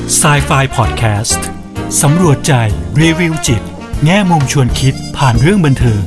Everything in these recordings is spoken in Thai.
Sci-Fi Podcast สำรวจใจรีวิวจิตแง่มุมชวนคิดผ่านเรื่องบันเทิง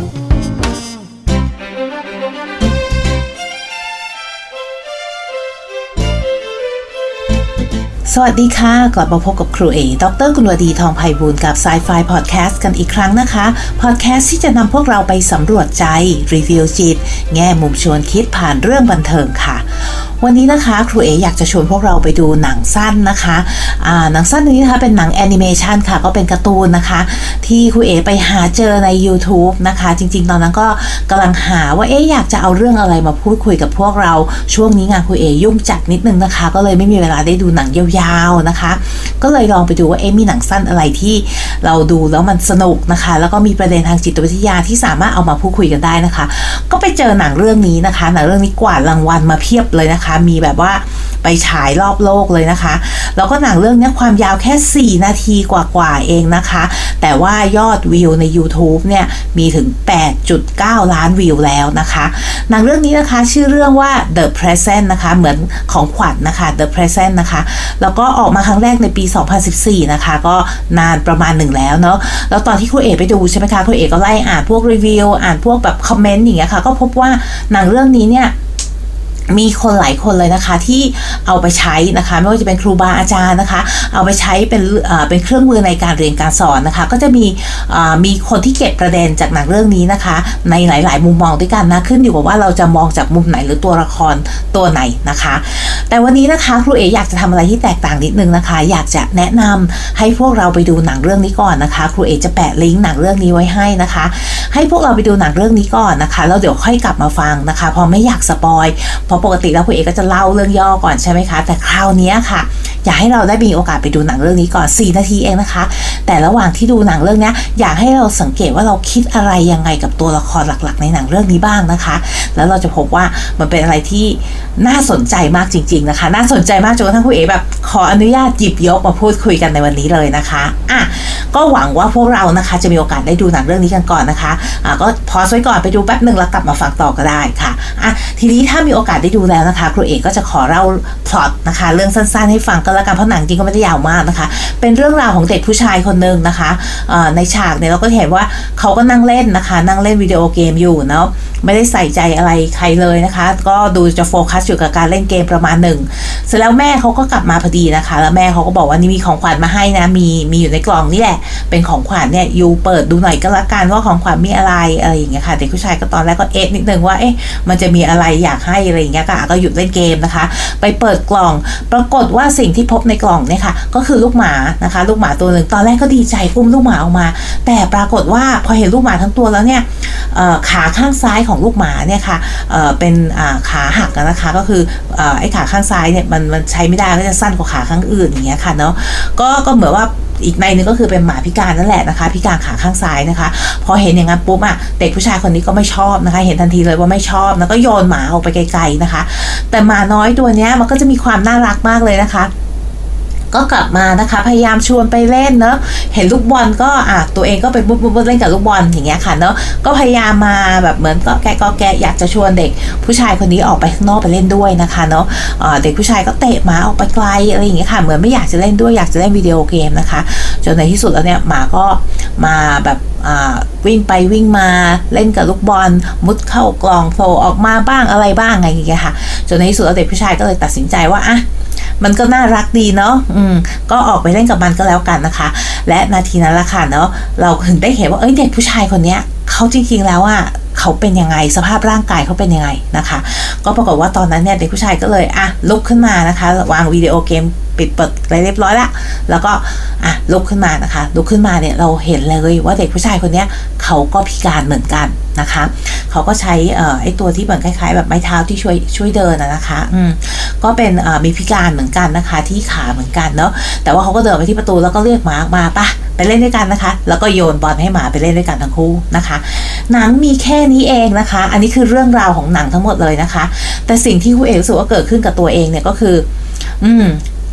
สวัสดีค่ะกลับมาพบกับครูเอดร.กุลวดีทองไพบูลย์กับ Sci-Fi Podcast กันอีกครั้งนะคะพอดแคสต์ที่จะนำพวกเราไปสำรวจใจรีวิวจิตแง่มุมชวนคิดผ่านเรื่องบันเทิงค่ะวันนี้นะคะครูเออยากจะชวนพวกเราไปดูหนังสั้นนะคะหนังสั้นนี้นะคะเป็นหนังแอนิเมชันค่ะก็เป็นการ์ตูนนะคะที่ครูเอไปหาเจอใน YouTube นะคะจริงๆตอนนั้นก็กำลังหาว่าอยากจะเอาเรื่องอะไรมาพูดคุยกับพวกเราช่วงนี้งานครูเอยุ่งจัดนิดนึงนะคะก็เลยไม่มีเวลาได้ดูหนังยาวๆนะคะก็เลยลองไปดูว่ามีหนังสั้นอะไรที่เราดูแล้วมันสนุกนะคะแล้วก็มีประเด็นทางจิตวิทยาที่สามารถเอามาพูดคุยกันได้นะคะก็ไปเจอหนังเรื่องนี้นะคะหนังเรื่องนี้กวาดรางวัลมาเพียบเลยนะคะมีแบบว่าไปฉายรอบโลกเลยนะคะแล้วก็หนังเรื่องนี้ความยาวแค่4นาทีกว่าๆเองนะคะแต่ว่ายอดวิวใน YouTube เนี่ยมีถึง 8.9 ล้านวิวแล้วนะคะหนังเรื่องนี้นะคะชื่อเรื่องว่า The Present นะคะเหมือนของขวัญ นะคะ The Present นะคะแล้วก็ออกมาครั้งแรกในปี 2014 นะคะก็นานประมาณหนึ่งแล้วเนาะแล้วตอนที่ครูเอไปดูใช่ไหมคะครูเอก็ไล่อ่านพวกรีวิวอ่านพวกแบบคอมเมนต์อย่างเงี้ยค่ะก็พบว่าหนังเรื่องนี้เนี่ยมีคนหลายคนเลยนะคะที่เอาไปใช้นะคะไม่ว่าจะเป็นครูบาอาจารย์นะคะเอาไปใช้เป็นเครื่องมือในการเรียนการสอนนะคะก็จะมีคนที่เก็บประเด็นจากหนังเรื่องนี้นะคะในหลายๆมุมมองด้วยกันนะขึ้นอยู่กับว่าเราจะมองจากมุมไหนหรือตัวละครตัวไหนนะคะแต่วันนี้นะคะครูเออยากจะทำอะไรที่แตกต่างนิดนึงนะคะอยากจะแนะนำให้พวกเราไปดูหนังเรื่องนี้ก่อนนะคะครูเอจะแปะลิงก์หนังเรื่องนี้ไว้ให้นะคะให้พวกเราไปดูหนังเรื่องนี้ก่อนนะคะแล้วเดี๋ยวค่อยกลับมาฟังนะคะพอไม่อยากสปอยปกติแล้วคุณเอกก็จะเล่าเรื่องย่อก่อนใช่ไหมคะแต่คราวนี้ค่ะอยากให้เราได้มีโอกาสไปดูหนังเรื่องนี้ก่อน4นาทีเองนะคะแต่ระหว่างที่ดูหนังเรื่องนี้อยากให้เราสังเกตว่าเราคิดอะไรยังไงกับตัวละครหลักๆในหนังเรื่องนี้บ้างนะคะแล้วเราจะพบว่ามันเป็นอะไรที่น่าสนใจมากจริงๆนะคะน่าสนใจมากจนกระทั่งคุณเอกแบบขออนุญาตหยิบยกมาพูดคุยกันในวันนี้เลยนะคะก็หวังว่าพวกเรานะคะจะมีโอกาสได้ดูหนังเรื่องนี้กันก่อนนะคะก็พอสไว้ก่อนไปดูแป๊บนึงแล้วกลับมาฟังต่อก็ได้ค่ะทีนี้ถ้ามีโอกาสได้ดูแล้วนะคะครูเอกก็จะขอเล่าพล็อตนะคะเรื่องสั้นๆให้ฟังก็แล้วกันเพราะหนังจริงก็ไม่ได้ยาวมากนะคะเป็นเรื่องราวของเด็กผู้ชายคนนึงนะคะในฉากเนี่ยเราก็เห็นว่าเขาก็นั่งเล่นนะคะนั่งเล่นวิดีโอเกมอยู่เนาะไม่ได้ใส่ใจอะไรใครเลยนะคะก็ดูจะโฟกัสอยู่กับการเล่นเกมประมาณหนึ่งเสร็จแล้วแม่เขาก็กลับมาพอดีนะคะแล้วแม่เขาก็บอกว่านี่มีของขวัญมาให้นะมีอยู่ในกล่องนี่แหละเป็นของขวัญเนี่ยยูเปิดดูหน่อยก็แล้วกันว่าของขวัญมีอะไรอย่างเงี้ยค่ะเด็กผู้ชายก็ตอนแรกก็นิดนึงว่ามันจะมีอะไรอยากให้อะไรอย่างเงี้ยก็หยุดเล่นเกมนะคะไปเปิดกล่องปรากฏว่าสิ่งที่พบในกล่องเนี่ยค่ะก็คือลูกหมานะคะลูกหมาตัวหนึ่งตอนแรกก็ดีใจอุ้มลูกหมาออกมาแต่ปรากฏว่าพอเห็นลูกหมาทั้งตัวแล้วเนี่ยขาข้างซ้ายของลูกหมาเนี่ยค่ะเป็นขาหักนะคะก็คือไอ้ขาข้างซ้ายเนี่ยมันใช้ไม่ได้ก็จะสั้นกว่าขาข้างอื่นอย่างเงี้ยค่ะเนาะก็เหมือนว่าอีกในนึงก็คือเป็นหมาพิการนั่นแหละนะคะพิการขาข้างซ้ายนะคะพอเห็นอย่างนั้นปุ๊บเด็กผู้ชายคนนี้ก็ไม่ชอบนะคะเห็นทันทีเลยว่าไม่ชอบแล้วก็โยนหมาออกไปไกลๆนะคะแต่หมาน้อยตัวนี้มันก็จะมีความน่ารักมากเลยนะคะก็กลับมานะคะพยายามชวนไปเล่นเนาะเห็นลูกบอลก็ตัวเองก็ไปบุ๊บเล่นกับลูกบอลอย่างเงี้ยค่ะเนาะก็พยายามมาแบบเหมือนก็แกอยากจะชวนเด็กผู้ชายคนนี้ออกไปข้างนอกไปเล่นด้วยนะคะเนาะเด็กผู้ชายก็เตะหมาออกไปไกลอะไรอย่างเงี้ยค่ะเหมือนไม่อยากจะเล่นด้วยอยากจะเล่นวิดีโอเกมนะคะจนในที่สุดแล้วเนี่ยหมาก็มาแบบวิ่งไปวิ่งมาเล่นกับลูกบอลมุดเข้ากล่องโผล่ออกมาบ้างอะไรบ้างไงอย่างเงี้ยค่ะจนในที่สุดแล้วเด็กผู้ชายก็เลยตัดสินใจว่ามันก็น่ารักดีเนาะก็ออกไปเล่นกับมันก็แล้วกันนะคะและนาทีนั้นละค่ะเนาะเราถึงได้เห็นว่าเด็กผู้ชายคนนี้เขาจริงๆแล้วเขาเป็นยังไงสภาพร่างกายเขาเป็นยังไงนะคะก็ปรากฏว่าตอนนั้นเนี่ยเด็กผู้ชายก็เลยลุกขึ้นมานะคะวางวิดีโอเกมปิดเปิดอะไรเรียบร้อยละแล้วก็ลุกขึ้นมานะคะลุกขึ้นมาเนี่ยเราเห็นเลยว่าเด็กผู้ชายคนนี้เขาก็พิการเหมือนกันนะคะเขาก็ใช้ไอ้ตัวที่เหมือนคล้ายๆแบบไม้เท้าที่ช่วยเดินนะคะก็เป็นมีพิการเหมือนกันนะคะที่ขาเหมือนกันเนาะแต่ว่าเขาก็เดินไปที่ประตูแล้วก็เรียกหมามาปะไปเล่นด้วยกันนะคะแล้วก็โยนบอลให้หมาไปเล่นด้วยกันทั้งคู่นะคะหนังมีแค่นี้เองนะคะอันนี้คือเรื่องราวของหนังทั้งหมดเลยนะคะแต่สิ่งที่ครูเอกรู้สึกว่าเกิดขึ้นกับตัวเองเนี่ยก็คือ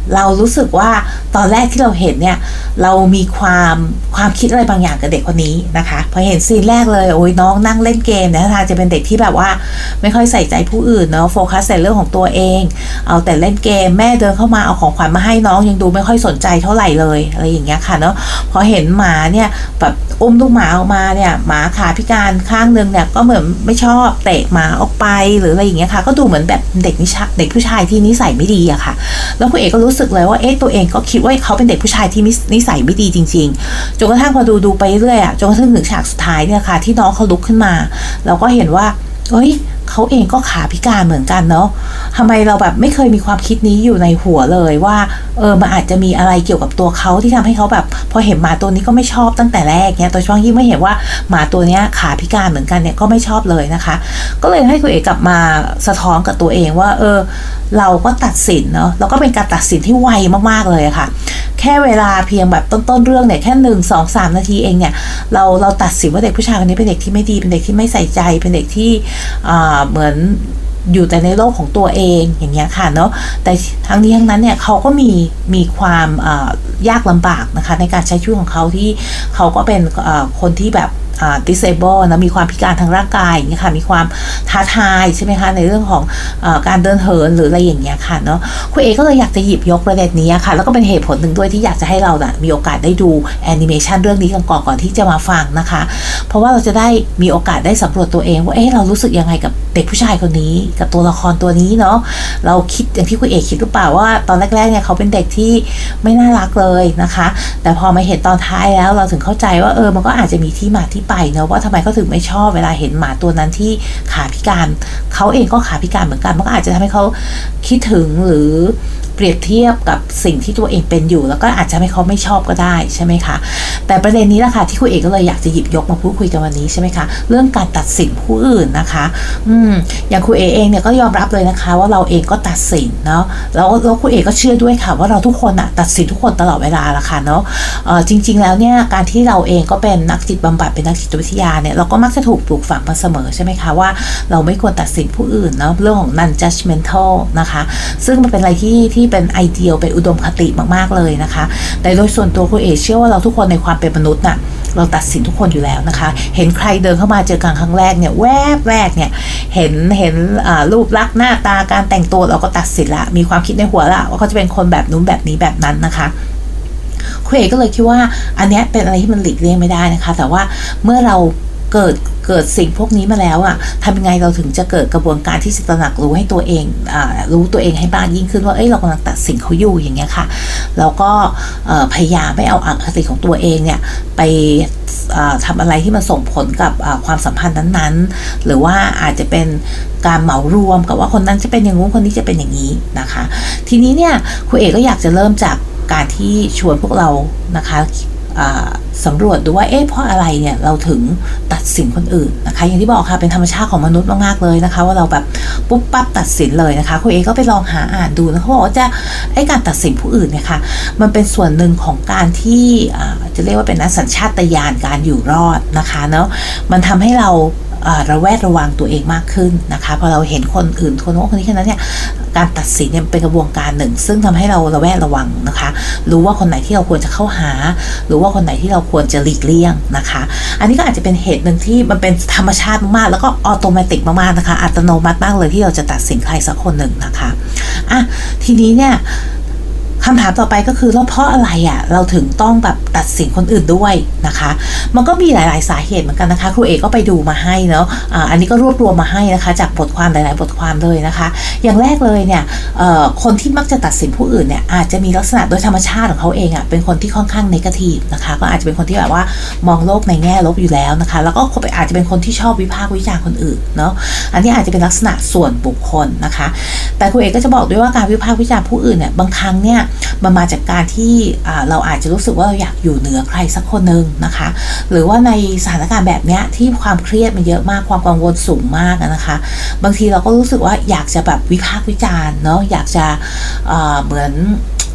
เรารู้สึกว่าตอนแรกที่เราเห็นเนี่ยเรามีความคิดอะไรบางอย่างกับเด็กคนนี้นะคะพอเห็นซีนแรกเลยโอ้ยน้องนั่งเล่นเกมเนี่ยท่าทางจะเป็นเด็กที่แบบว่าไม่ค่อยใส่ใจผู้อื่นเนาะโฟกัสแต่เรื่องของตัวเองเอาแต่เล่นเกมแม่เดินเข้ามาเอาของขวัญมาให้น้องยังดูไม่ค่อยสนใจเท่าไหร่เลยอะไรอย่างเงี้ยค่ะเนาะพอเห็นหมาเนี่ยแบบอุ้มลูกหมาออกมาเนี่ยหมาขาพิการข้างนึงเนี่ยก็เหมือนไม่ชอบเตะหมาออกไปหรืออะไรอย่างเงี้ยค่ะก็ดูเหมือนแบบเด็กผู้ชายที่นิสัยไม่ดีอะค่ะแล้วคุณเอกก็รู้สึกเลยว่าตัวเองก็คิดว่าเขาเป็นเด็กผู้ชายที่นิสัยไม่ดีจริงๆจนกระทั่งพอดูไปเรื่อยอะจนกระทั่งถึงฉากสุดท้ายเนี่ยค่ะที่น้องเขาลุกขึ้นมาเราก็เห็นว่าเขาเองก็ขาพิการเหมือนกันเนาะทำไมเราแบบไม่เคยมีความคิดนี้อยู่ในหัวเลยว่ามันอาจจะมีอะไรเกี่ยวกับตัวเขาที่ทำให้เขาแบบพอเห็นหมาตัวนี้ก็ไม่ชอบตั้งแต่แรกเนี่ยโดยเฉพาะยิ่งไม่เห็นว่าหมาตัวนี้ขาพิการเหมือนกันเนี่ยก็ไม่ชอบเลยนะคะก็เลยให้คุณเอกกลับมาสะท้อนกับตัวเองว่าเราก็ตัดสินเนาะแล้วก็เป็นการตัดสินที่ไวมากๆเลยค่ะแค่เวลาเพียงแบบต้นเรื่องเนี่ยแค่1-2-3 นาทีเองเนี่ยเราตัดสินว่าเด็กผู้ชายคนนี้เป็นเด็กที่ไม่ดีเป็นเด็กที่ไม่ใส่ใจเป็นเด็กที่เหมือนอยู่แต่ในโลกของตัวเองอย่างเงี้ยค่ะเนาะแต่ทั้งนี้ทั้งนั้นเนี่ยเขาก็มีความยากลำบากนะคะในการใช้ชีวิตของเขาที่เขาก็เป็นคนที่แบบdisable นะมีความพิการทางร่างกายอย่างเงี้ยค่ะมีความท้าทายใช่ไหมคะในเรื่องของการเดินเหินหรืออะไรอย่างเงี้ยค่ะเนาะคุณเอก็เลยอยากจะหยิบยกประเด็นนี้ค่ะแล้วก็เป็นเหตุผลหนึ่งด้วยที่อยากจะให้เรามีโอกาสได้ดูแอนิเมชันเรื่องนี้กันก่อนที่จะมาฟังนะคะเพราะว่าเราจะได้มีโอกาสได้สำรวจตัวเองว่าเรารู้สึกยังไงกับเด็กผู้ชายคนนี้กับตัวละครตัวนี้เนาะเราคิดอย่างที่คุณเอคิดหรือเปล่าว่าตอนแรกๆเนี่ยเขาเป็นเด็กที่ไม่น่ารักเลยนะคะแต่พอมาเห็นตอนท้ายแล้วเราถึงเข้าใจว่ามันก็อาจจะมีที่มาที่ไปเนอะว่าทำไมเขาถึงไม่ชอบเวลาเห็นหมาตัวนั้นที่ขาพิการเขาเองก็ขาพิการเหมือนกันมันก็อาจจะทำให้เขาคิดถึงหรือเปรียบเทียบกับสิ่งที่ตัวเองเป็นอยู่แล้วก็อาจจะให้เขาไม่ชอบก็ได้ใช่ไหมคะแต่ประเด็นนี้แหละค่ะที่คุณเอกก็เลยอยากจะหยิบยกมาพูดคุยกันวันนี้ใช่ไหมคะเรื่องการตัดสินผู้อื่นนะคะอย่างคุณเอเองเนี่ยก็ยอมรับเลยนะคะว่าเราเองก็ตัดสินเนาะแล้วคุณเอกก็เชื่อด้วยค่ะว่าเราทุกคนตัดสินทุกคนตลอดเวลาละค่ะเนาะจริงๆแล้วเนี่ยการที่เราเองก็เป็นนักจิตบำบัดเป็นนักจิตวิทยาเนี่ยเราก็มักจะถูกปลูกฝังมาเสมอใช่ไหมคะว่าเราไม่ควรตัดสินผู้อื่นเนาะเรื่องของ non judgmental นะคะซึ่งมันเป็นอะไรที่เป็นไอเดียเป็นอุดมคติมากๆเลยนะคะแต่โดยส่วนตัวคุณเอเชื่อว่าเราทุกคนในความเป็นมนุษย์น่ะเราตัดสินทุกคนอยู่แล้วนะคะเห็นใครเดินเข้ามาเจอกันครั้งแรกเนี่ยแวบแรกเนี่ยเห็นรูปลักษณ์หน้าตาการแต่งตัวเราก็ตัดสินละมีความคิดในหัวละว่าเขาจะเป็นคนแบบนู้นแบบนี้แบบนั้นนะคะคุณเอกก็เลยคิดว่าอันนี้เป็นอะไรที่มันหลีกเลี่ยงไม่ได้นะคะแต่ว่าเมื่อเราเกิดสิ่งพวกนี้มาแล้วทำยังไงเราถึงจะเกิดกระบวนการที่จะตระหนักรู้ให้ตัวเองรู้ตัวเองให้มากยิ่งขึ้นว่าเรากำลังตัดสินเขาอยู่อย่างเงี้ยค่ะแล้วก็พยายามไม่เอาอคติของตัวเองเนี่ยไปทำอะไรที่มันส่งผลกับความสัมพันธ์นั้นๆหรือว่าอาจจะเป็นการเหมารวมกับว่าคนนั้นจะเป็นอย่างงู้นคนนี้จะเป็นอย่างนี้นะคะทีนี้เนี่ยคุณเอกก็อยากจะเริ่มจากการที่ชวนพวกเรานะคะสำรวจดูว่าเพราะอะไรเนี่ยเราถึงตัดสินคนอื่นนะคะอย่างที่บอกค่ะเป็นธรรมชาติของมนุษย์มากๆเลยนะคะว่าเราแบบปุ๊บปั๊บตัดสินเลยนะคะคุณเอก็ไปลองหาอ่านดูนะเขาบอกว่าการตัดสินผู้อื่นเนี่ยค่ะมันเป็นส่วนหนึ่งของการที่จะเรียกว่าเป็นสัญชาตญาณการอยู่รอดนะคะเนาะมันทำให้เราระแวดระวังตัวเองมากขึ้นนะคะพอเราเห็นคนอื่นคนโน้นคนนี้แค่นั้นเนี่ยการตัดสินเนี่ยเป็นกระบวนการหนึ่งซึ่งทำให้เราระแวดระวังนะคะรู้ว่าคนไหนที่เราควรจะเข้าหาหรือว่าคนไหนที่เราควรจะหลีกเลี่ยงนะคะอันนี้ก็อาจจะเป็นเหตุหนึ่งที่มันเป็นธรรมชาติมากๆแล้วก็ออโตเมติกมากๆนะคะอัตโนมัติมากเลยที่เราจะตัดสินใครสักคนหนึ่งนะคะทีนี้เนี่ยคำถามต่อไปก็คือแล้วเพราะอะไรเราถึงต้องแบบตัดสินคนอื่นด้วยนะคะมันก็มีหลายๆสาเหตุเหมือนกันนะคะครูเอกก็ไปดูมาให้เนาะอันนี้ก็รวบรวมมาให้นะคะจากบทความหลายๆบทความเลยนะคะอย่างแรกเลยเนี่ยคนที่มักจะตัดสินผู้อื่นเนี่ยอาจจะมีลักษณะโดยธรรมชาติของเขาเองเป็นคนที่ค่อนข้างเนกาทีฟนะคะก็อาจจะเป็นคนที่แบบว่ามองโลกในแง่ลบอยู่แล้วนะคะแล้วก็อาจจะเป็นคนที่ชอบวิพากษ์วิจารณ์คนอื่นเนาะอันนี้อาจจะเป็นลักษณะส่วนบุคคลนะคะแต่ครูเอกก็จะบอกด้วยว่าการวิพากษ์วิจารณ์ผู้อื่นเนี่ยบางครั้งเนี่ยมันมาจากการที่เราอาจจะรู้สึกว่าเราอยากอยู่เหนือใครสักคนนึงนะคะหรือว่าในสถานการณ์แบบนี้ที่ความเครียดมันเยอะมากความกังวลสูงมากนะคะบางทีเราก็รู้สึกว่าอยากจะแบบวิพากษ์วิจารณ์เนาะอยากจะเหมือนท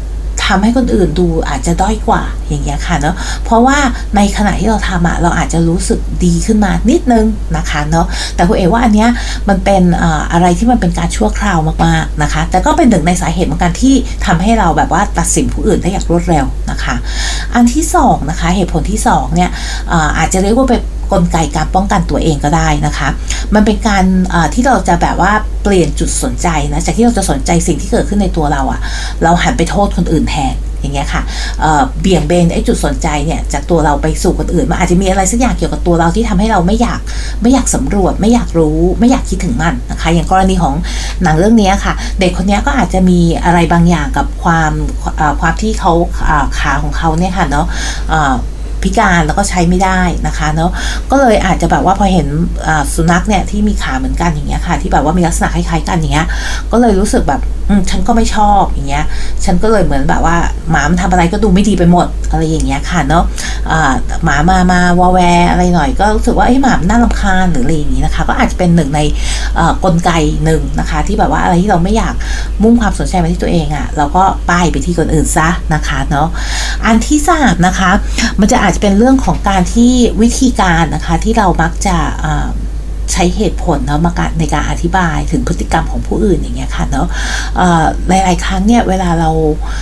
ทำให้คนอื่นดูอาจจะด้อยกว่าอย่างเงี้ยค่ะเนาะเพราะว่าในขณะที่เราทำเราอาจจะรู้สึกดีขึ้นมานิดนึงนะคะเนาะแต่คุณเอว่าอันเนี้ยมันเป็นอะไรที่มันเป็นการชั่วคราวมากๆนะคะแต่ก็เป็นหนึ่งในสาเหตุเหมือนกันที่ทำให้เราแบบว่าตัดสินผู้อื่นได้อย่างรวดเร็วนะคะอันที่2นะคะเหตุผลที่2เนี่ยอาจจะเรียกว่าเป็นกลไกการป้องกันตัวเองก็ได้นะคะมันเป็นการที่เราจะแบบว่าเปลี่ยนจุดสนใจนะจากที่เราจะสนใจสิ่งที่เกิดขึ้นในตัวเราหันไปโทษคนอื่นแทนอย่างเงี้ยค่ะเบี่ยงเบนไอ้จุดสนใจเนี่ยจากตัวเราไปสู่คนอื่นมันอาจจะมีอะไรสักอย่างเกี่ยวกับตัวเราที่ทำให้เราไม่อยากสำรวจไม่อยากรู้ไม่อยากคิดถึงมันนะคะอย่างกรณีของหนังเรื่องนี้ค่ะเด็กคนนี้ก็อาจจะมีอะไรบางอย่างกับความที่เขาขาของเขาเนี่ยค่ะเนาะพิการแล้วก็ใช้ไม่ได้นะคะเนาะก็เลยอาจจะแบบว่าพอเห็นสุนัขเนี่ยที่มีขาเหมือนกันอย่างเงี้ยค่ะที่แบบว่ามีลักษณะคล้ายๆกันอย่างเงี้ยก็เลยรู้สึกแบบฉันก็ไม่ชอบอย่างเงี้ยฉันก็เลยเหมือนแบบว่าหมามันทำอะไรก็ดูไม่ดีไปหมดอะไรอย่างเงี้ยค่ะเนาะหมามาวอแวอะไรหน่อยก็รู้สึกว่าหมาน่ารำคาญหรืออะไรอย่างงี้นะคะก็อาจจะเป็นหนึ่งในกลไกหนึ่งนะคะที่แบบว่าอะไรที่เราไม่อยากมุ่งความสนใจมาที่ตัวเองเราก็ป้ายไปที่คนอื่นซะนะคะเนาะอันที่3นะคะมันจะอาจจะเป็นเรื่องของการที่วิธีการนะคะที่เรามักจะใช้เหตุผลเนาะในการอธิบายถึงพฤติกรรมของผู้อื่นอย่างเงี้ยค่ะเนาะหลายๆครั้งเนี่ยเวลาเรา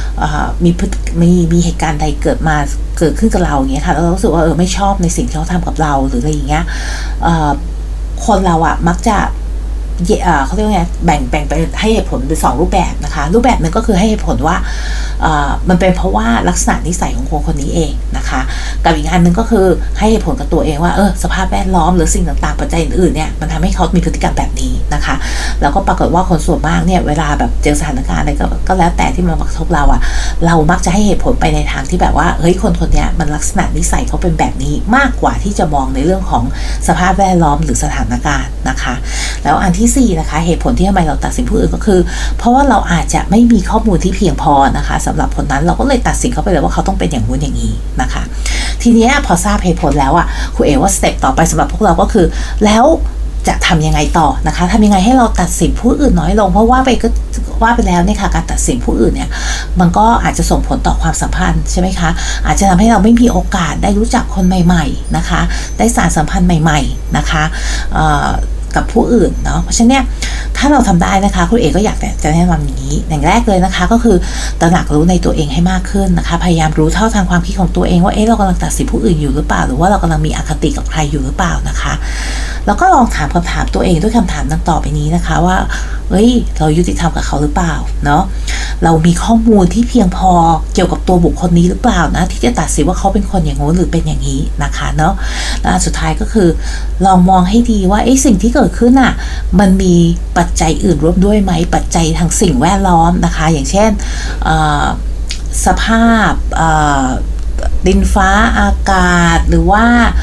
มีเหตุการณ์ใดเกิดขึ้นกับเราอย่างเงี้ยค่ะเรารู้สึกว่าไม่ชอบในสิ่งที่เขาทำกับเราหรืออะไรอย่างเงี้ยคนเรามักจะเขาเรียกว่าไงแบ่งไปให้เหตุผลเป็น2รูปแบบนะคะรูปแบบหนึ่งก็คือให้เหตุผลว่ามันเป็นเพราะว่าลักษณะนิสัยของคนนี้เองนะคะกับอีกอันนึงก็คือให้เหตุผลกับตัวเองว่าสภาพแวดล้อมหรือสิ่งต่างๆปัจจัยอื่นๆเนี่ยมันทำให้เขามีพฤติกรรมแบบนี้นะคะแล้วก็ปรากฏว่าคนส่วนมากเนี่ยเวลาแบบเจอสถานการณ์อะไรก็แล้วแต่ที่มันมากระทบเรามักจะให้เหตุผลไปในทางที่แบบว่าเฮ้ยคนเนี้ยมันลักษณะนิสัยเขาเป็นแบบนี้มากกว่าที่จะมองในเรื่องของสภาพแวดล้อมหรือสถานการณ์นะคะแล้วอันที่4นะคะเหตุผลที่ทำไมเราตัดสินผู้อื่นก็คือเพราะว่าเราอาจจะไม่มีข้อมูลที่เพียงพอนะคะสำหรับคนนั้นเราก็เลยตัดสินเขาไปเลยว่าเขาต้องเป็นอย่างนู้นอย่างนี้นะคะทีนี้พอทราบเหตุผลแล้วครูเอ๋ว่าสเต็ปต่อไปสำหรับพวกเราก็คือแล้วจะทำยังไงต่อนะคะทำยังไงให้เราตัดสินผู้อื่นน้อยลงเพราะว่าไปแล้วเนี่ยค่ะการตัดสินผู้อื่นเนี่ยมันก็อาจจะส่งผลต่อความสัมพันธ์ใช่ไหมคะอาจจะทำให้เราไม่มีโอกาสได้รู้จักคนใหม่ๆนะคะได้สานสัมพันธ์ใหม่ๆนะคะกับผู้อื่นเนาะเพราะฉะนั้นเนี่ยถ้าเราทำได้นะคะคุณเอกก็อยากจะแนะนำอย่างนี้อย่างแรกเลยนะคะก็คือตระหนักรู้ในตัวเองให้มากขึ้นนะคะพยายามรู้เท่าทันความคิดของตัวเองว่าเรากำลังตัดสินผู้อื่นอยู่หรือเปล่าหรือว่าเรากำลังมีอคติกับใครอยู่หรือเปล่านะคะแล้วก็ลองถามคำถามตัวเองด้วยคำถามดังต่อไปนี้นะคะว่าเรายุติธรรมกับเขาหรือเปล่าเนาะเรามีข้อมูลที่เพียงพอเกี่ยวกับตัวบุคคลนี้หรือเปล่านะที่จะตัดสินว่าเขาเป็นคนอย่างงู้นหรือเป็นอย่างนี้นะคะเนาะและสุดท้ายก็คือลองมองให้ดีว่าสิ่งที่เกิดขึ้นมันมีปัจจัยอื่นร่วมด้วยไหมปัจจัยทางสิ่งแวดล้อมนะคะอย่างเช่นสภาพดินฟ้าอากาศหรือว่า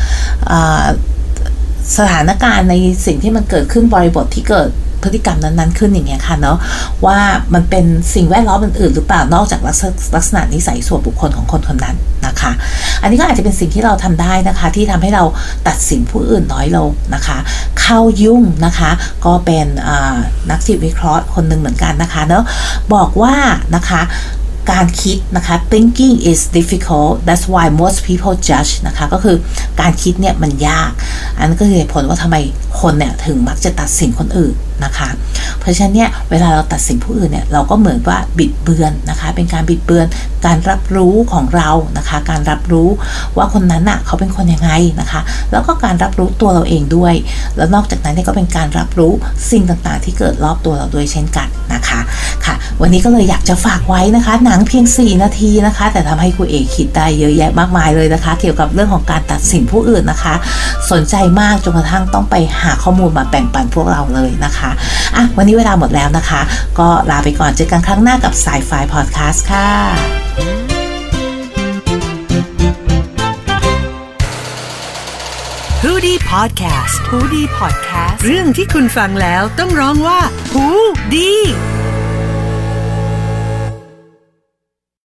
สถานการณ์ในสิ่งที่มันเกิดขึ้นบริบทที่เกิดพฤติกรรมนั้นๆขึ้นอย่างเงี้ยค่ะเนาะว่ามันเป็นสิ่งแวดล้อมอื่นๆหรือเปล่านอกจากลักษณะนิสัยส่วนบุคคลของคนคนนั้นนะคะอันนี้ก็อาจจะเป็นสิ่งที่เราทำได้นะคะที่ทำให้เราตัดสินผู้อื่นน้อยลงนะคะเข้ายุ่งนะคะก็เป็นนักจิตวิเคราะห์คนหนึ่งเหมือนกันนะคะเนาะบอกว่านะคะการคิดนะคะ thinking is difficult that's why most people judge นะคะก็คือการคิดเนี่ยมันยากอันนั้นก็คือเหตุผลว่าทำไมคนเนี่ยถึงมักจะตัดสินคนอื่นนะคะเพราะฉะนั้นเนี่ยเวลาเราตัดสินผู้อื่นเนี่ยเราก็เหมือนว่าบิดเบือนนะคะเป็นการบิดเบือนการรับรู้ของเรานะคะการรับรู้ว่าคนนั้นเขาเป็นคนยังไงนะคะแล้วก็การรับรู้ตัวเราเองด้วยแล้วนอกจากนั้นเนี่ยก็เป็นการรับรู้สิ่งต่างๆที่เกิดรอบตัวเราด้วยเช่นกันนะคะค่ะวันนี้ก็เลยอยากจะฝากไว้นะคะหนังเพียง4นาทีนะคะแต่ทำให้ครูเอกคิดได้เยอะแยะมากมายเลยนะคะเกี่ยวกับเรื่องของการตัดสินผู้อื่นนะคะสนใจมากจนกระทั่งต้องไปหาข้อมูลมาแบ่งปันพวกเราเลยนะคะวันนี้เวลาหมดแล้วนะคะก็ลาไปก่อนเจอกันครั้งหน้ากับ Sci-Fi Podcast ค่ะ Hoodie Podcast เรื่องที่คุณฟังแล้วต้องร้องว่าหูดี